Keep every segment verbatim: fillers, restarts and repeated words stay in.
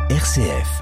R C F.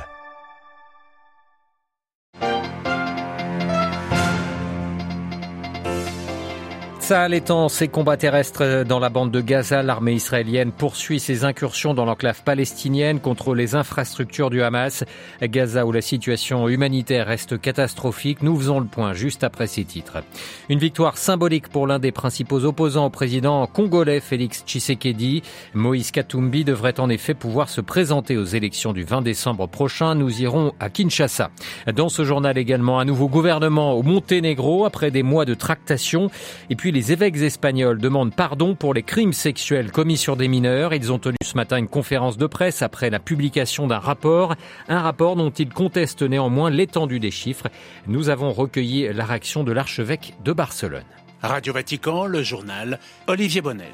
Tsahal étend ses combats terrestres dans la bande de Gaza, l'armée israélienne poursuit ses incursions dans l'enclave palestinienne contre les infrastructures du Hamas. Gaza où la situation humanitaire reste catastrophique. Nous faisons le point juste après ces titres. Une victoire symbolique pour l'un des principaux opposants au président congolais Félix Tshisekedi. Moïse Katumbi devrait en effet pouvoir se présenter aux élections du vingt décembre prochain. Nous irons à Kinshasa. Dans ce journal également, un nouveau gouvernement au Monténégro après des mois de tractation. Et puis les évêques espagnols demandent pardon pour les crimes sexuels commis sur des mineurs. Ils ont tenu ce matin une conférence de presse après la publication d'un rapport. Un rapport dont ils contestent néanmoins l'étendue des chiffres. Nous avons recueilli la réaction de l'archevêque de Barcelone. Radio Vatican, le journal, Olivier Bonnel.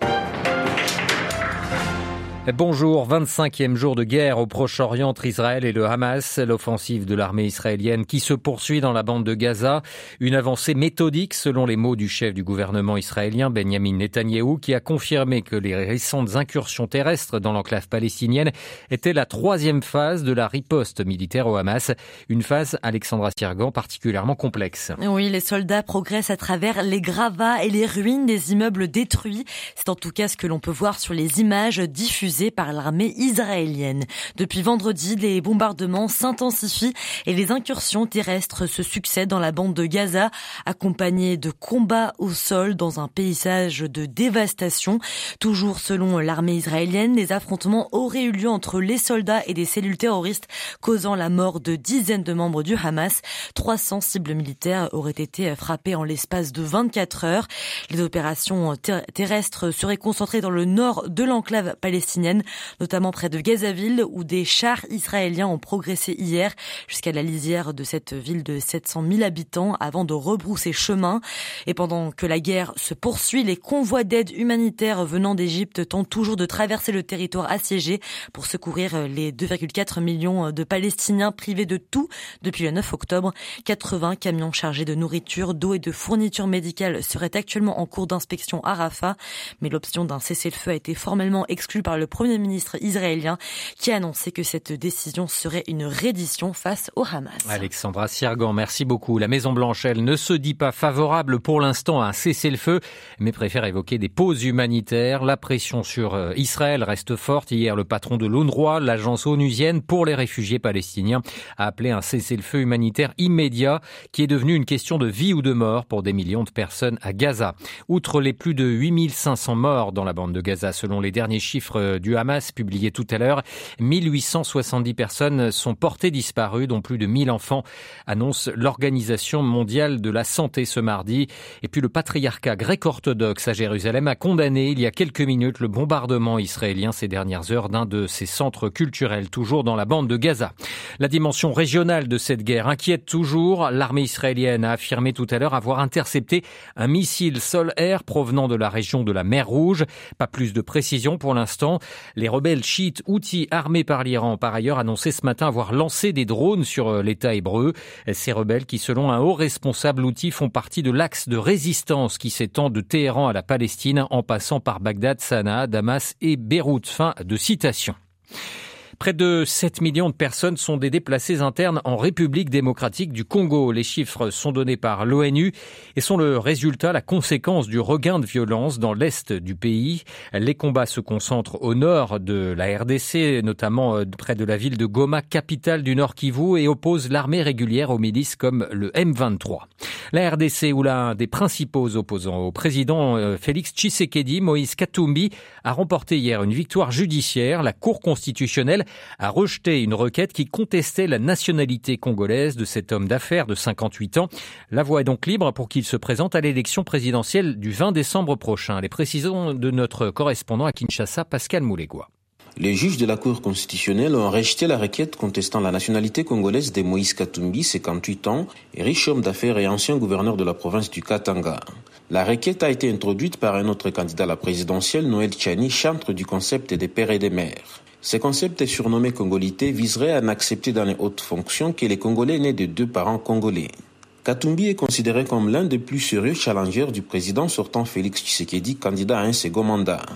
Bonjour, vingt-cinquième jour de guerre au Proche-Orient entre Israël et le Hamas, l'offensive de l'armée israélienne qui se poursuit dans la bande de Gaza. Une avancée méthodique selon les mots du chef du gouvernement israélien, Benjamin Netanyahou, qui a confirmé que les récentes incursions terrestres dans l'enclave palestinienne étaient la troisième phase de la riposte militaire au Hamas. Une phase, Alexandra Sirgan, particulièrement complexe. Oui, les soldats progressent à travers les gravats et les ruines des immeubles détruits. C'est en tout cas ce que l'on peut voir sur les images diffusées par l'armée israélienne. Depuis vendredi, les bombardements s'intensifient et les incursions terrestres se succèdent dans la bande de Gaza, accompagnées de combats au sol dans un paysage de dévastation. Toujours selon l'armée israélienne, les affrontements auraient eu lieu entre les soldats et des cellules terroristes, causant la mort de dizaines de membres du Hamas. trois cents cibles militaires auraient été frappées en l'espace de vingt-quatre heures. Les opérations ter- terrestres seraient concentrées dans le nord de l'enclave palestinienne, notamment près de Gazaville, où des chars israéliens ont progressé hier jusqu'à la lisière de cette ville de sept cent mille habitants avant de rebrousser chemin. Et pendant que la guerre se poursuit, les convois d'aide humanitaire venant d'Égypte tentent toujours de traverser le territoire assiégé pour secourir les deux virgule quatre millions de Palestiniens privés de tout depuis le neuf octobre. quatre-vingts camions chargés de nourriture, d'eau et de fournitures médicales seraient actuellement en cours d'inspection à Rafah, mais l'option d'un cessez-le-feu a été formellement exclue par le Premier ministre israélien qui a annoncé que cette décision serait une reddition face au Hamas. Alexandra Sirgan, merci beaucoup. La Maison-Blanche, elle, ne se dit pas favorable pour l'instant à un cessez-le-feu, mais préfère évoquer des pauses humanitaires. La pression sur Israël reste forte. Hier, le patron de l'UNRWA, l'agence onusienne pour les réfugiés palestiniens, a appelé un cessez-le-feu humanitaire immédiat qui est devenu une question de vie ou de mort pour des millions de personnes à Gaza. Outre les plus de huit mille cinq cents morts dans la bande de Gaza, selon les derniers chiffres du Hamas publié tout à l'heure, mille huit cent soixante-dix personnes sont portées disparues, dont plus de mille enfants, annonce l'Organisation mondiale de la santé ce mardi. Et puis le patriarcat grec-orthodoxe à Jérusalem a condamné il y a quelques minutes le bombardement israélien ces dernières heures d'un de ses centres culturels, toujours dans la bande de Gaza. La dimension régionale de cette guerre inquiète toujours. L'armée israélienne a affirmé tout à l'heure avoir intercepté un missile sol-air provenant de la région de la mer Rouge. Pas plus de précision pour l'instant. Les rebelles chiites houthis armés par l'Iran, par ailleurs, annonçaient ce matin avoir lancé des drones sur l'État hébreu. Ces rebelles qui, selon un haut responsable houthi, font partie de l'axe de résistance qui s'étend de Téhéran à la Palestine en passant par Bagdad, Sanaa, Damas et Beyrouth. Fin de citation. Près de sept millions de personnes sont des déplacés internes en République démocratique du Congo. Les chiffres sont donnés par l'ONU et sont le résultat, la conséquence du regain de violence dans l'est du pays. Les combats se concentrent au nord de la R D C, notamment près de la ville de Goma, capitale du Nord Kivu, et opposent l'armée régulière aux milices comme le M vingt-trois. La R D C, où l'un des principaux opposants au président Félix Tshisekedi, Moïse Katumbi, a remporté hier une victoire judiciaire. La Cour constitutionnelle a rejeté une requête qui contestait la nationalité congolaise de cet homme d'affaires de cinquante-huit ans. La voie est donc libre pour qu'il se présente à l'élection présidentielle du vingt décembre prochain. Les précisions de notre correspondant à Kinshasa, Pascal Moulégois. Les juges de la Cour constitutionnelle ont rejeté la requête contestant la nationalité congolaise de Moïse Katumbi, cinquante-huit ans, riche homme d'affaires et ancien gouverneur de la province du Katanga. La requête a été introduite par un autre candidat à la présidentielle, Noël Tchani, chantre du concept des pères et des mères. Ce concept surnommé congolité viserait à n'accepter dans les hautes fonctions que les Congolais nés de deux parents congolais. Katumbi est considéré comme l'un des plus sérieux challengers du président sortant Félix Tshisekedi, candidat à un second mandat.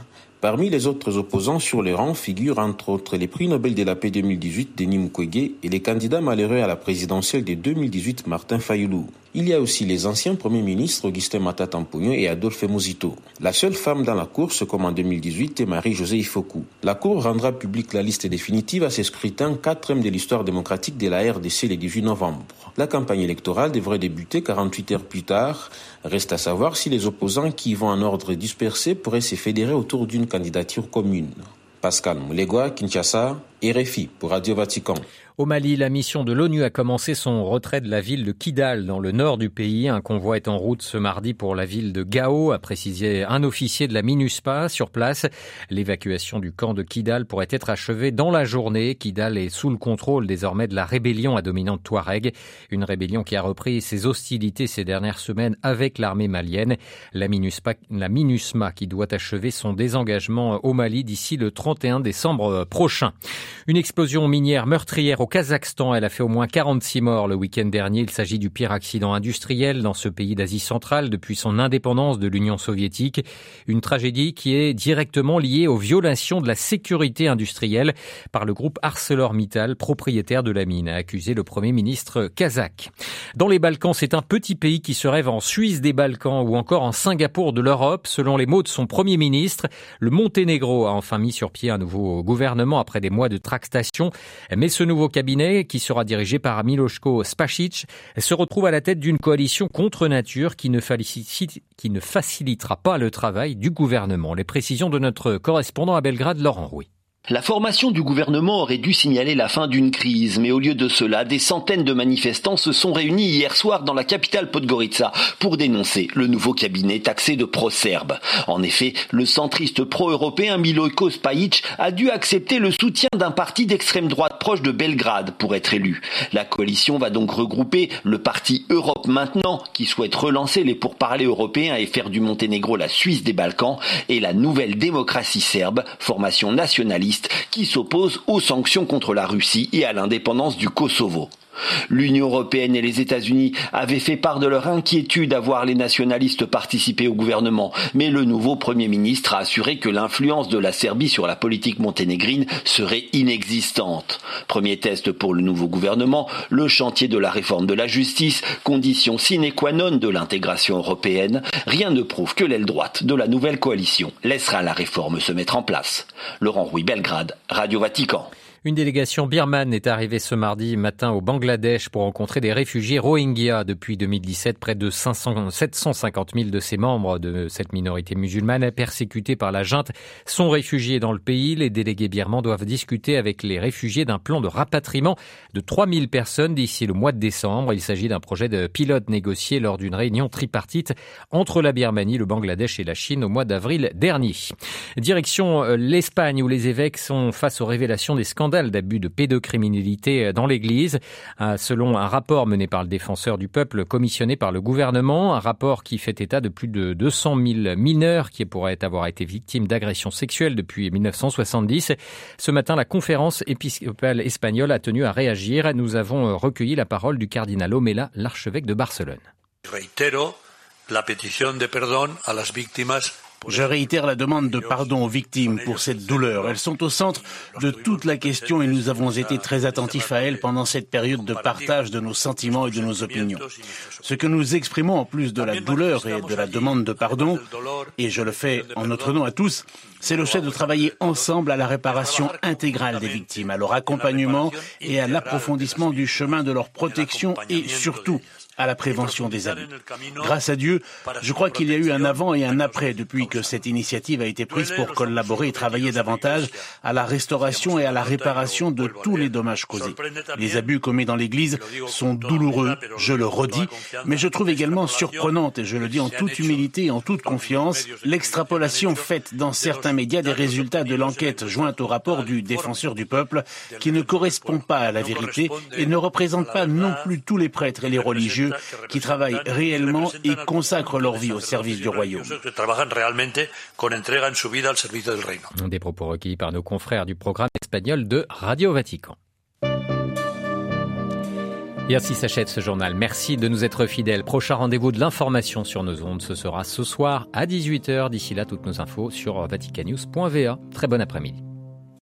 Parmi les autres opposants sur les rangs figurent entre autres les prix Nobel de la paix deux mille dix-huit Denis Mukwege et les candidats malheureux à la présidentielle de deux mille dix-huit Martin Fayulu. Il y a aussi les anciens premiers ministres Augustin Matata Mponyo et Adolphe Muzito. La seule femme dans la course, comme en deux mille dix-huit, est Marie-Josée Ifoku. La Cour rendra publique la liste définitive à ce scrutin, quatrième de l'histoire démocratique de la R D C le dix-huit novembre. La campagne électorale devrait débuter quarante-huit heures plus tard. Reste à savoir si les opposants qui vont en ordre dispersé pourraient se fédérer autour d'une candidature commune. Pascal Moulegua, Kinshasa, R F I pour Radio Vatican. Au Mali, la mission de l'ONU a commencé son retrait de la ville de Kidal, dans le nord du pays. Un convoi est en route ce mardi pour la ville de Gao, a précisé un officier de la MINUSPA sur place. L'évacuation du camp de Kidal pourrait être achevée dans la journée. Kidal est sous le contrôle désormais de la rébellion à dominante Touareg, une rébellion qui a repris ses hostilités ces dernières semaines avec l'armée malienne. La MINUSPA, la MINUSMA qui doit achever son désengagement au Mali d'ici le trente et un décembre prochain. Une explosion minière meurtrière au Kazakhstan, elle a fait au moins quarante-six morts le week-end dernier. Il s'agit du pire accident industriel dans ce pays d'Asie centrale depuis son indépendance de l'Union soviétique. Une tragédie qui est directement liée aux violations de la sécurité industrielle par le groupe ArcelorMittal, propriétaire de la mine, a accusé le Premier ministre kazakh. Dans les Balkans, c'est un petit pays qui se rêve en Suisse des Balkans ou encore en Singapour de l'Europe. Selon les mots de son Premier ministre, le Monténégro a enfin mis sur pied un nouveau gouvernement après des mois de tractation. Mais ce nouveau cabinet, qui sera dirigé par Miloško Spašić, se retrouve à la tête d'une coalition contre nature qui ne, facilite, qui ne facilitera pas le travail du gouvernement. Les précisions de notre correspondant à Belgrade, Laurent Rouy. La formation du gouvernement aurait dû signaler la fin d'une crise, mais au lieu de cela, des centaines de manifestants se sont réunis hier soir dans la capitale Podgorica pour dénoncer le nouveau cabinet taxé de pro-serbe. En effet, le centriste pro-européen Miloško Spajić a dû accepter le soutien d'un parti d'extrême droite proche de Belgrade pour être élu. La coalition va donc regrouper le parti Europe Maintenant, qui souhaite relancer les pourparlers européens et faire du Monténégro la Suisse des Balkans, et la Nouvelle Démocratie serbe, formation nationaliste qui s'oppose aux sanctions contre la Russie et à l'indépendance du Kosovo. L'Union européenne et les États-Unis avaient fait part de leur inquiétude à voir les nationalistes participer au gouvernement, mais le nouveau Premier ministre a assuré que l'influence de la Serbie sur la politique monténégrine serait inexistante. Premier test pour le nouveau gouvernement, le chantier de la réforme de la justice, condition sine qua non de l'intégration européenne. Rien ne prouve que l'aile droite de la nouvelle coalition laissera la réforme se mettre en place. Laurent Rouy, Belgrade, Radio Vatican. Une délégation birmane est arrivée ce mardi matin au Bangladesh pour rencontrer des réfugiés Rohingyas. Depuis deux mille dix-sept, près de cinq cents, sept cent cinquante mille de ces membres de cette minorité musulmane persécutée par la junte sont réfugiés dans le pays. Les délégués birmans doivent discuter avec les réfugiés d'un plan de rapatriement de trois mille personnes d'ici le mois de décembre. Il s'agit d'un projet de pilote négocié lors d'une réunion tripartite entre la Birmanie, le Bangladesh et la Chine au mois d'avril dernier. Direction l'Espagne où les évêques sont face aux révélations des scandales d'abus de pédocriminalité dans l'Église. Selon un rapport mené par le défenseur du peuple commissionné par le gouvernement, un rapport qui fait état de plus de deux cent mille mineurs qui pourraient avoir été victimes d'agressions sexuelles depuis mille neuf cent soixante-dix. Ce matin, la conférence épiscopale espagnole a tenu à réagir. Nous avons recueilli la parole du cardinal Omella, l'archevêque de Barcelone. Reitero la petición de perdón a las víctimas. Je réitère la demande de pardon aux victimes pour cette douleur. Elles sont au centre de toute la question et nous avons été très attentifs à elles pendant cette période de partage de nos sentiments et de nos opinions. Ce que nous exprimons en plus de la douleur et de la demande de pardon, et je le fais en notre nom à tous, c'est le fait de travailler ensemble à la réparation intégrale des victimes, à leur accompagnement et à l'approfondissement du chemin de leur protection et surtout à la prévention des abus. Grâce à Dieu, je crois qu'il y a eu un avant et un après depuis que cette initiative a été prise pour collaborer et travailler davantage à la restauration et à la réparation de tous les dommages causés. Les abus commis dans l'Église sont douloureux, je le redis, mais je trouve également surprenante, et je le dis en toute humilité et en toute confiance, l'extrapolation faite dans certains médias des résultats de l'enquête jointe au rapport du défenseur du peuple qui ne correspond pas à la vérité et ne représente pas non plus tous les prêtres et les religieux qui travaillent réellement et consacrent leur vie au service du royaume. Des propos recueillis par nos confrères du programme espagnol de Radio Vatican. Et ainsi s'achève ce journal. Merci de nous être fidèles. Prochain rendez-vous de l'information sur nos ondes, ce sera ce soir à dix-huit heures. D'ici là, toutes nos infos sur vaticannews point v a. Très bon après-midi.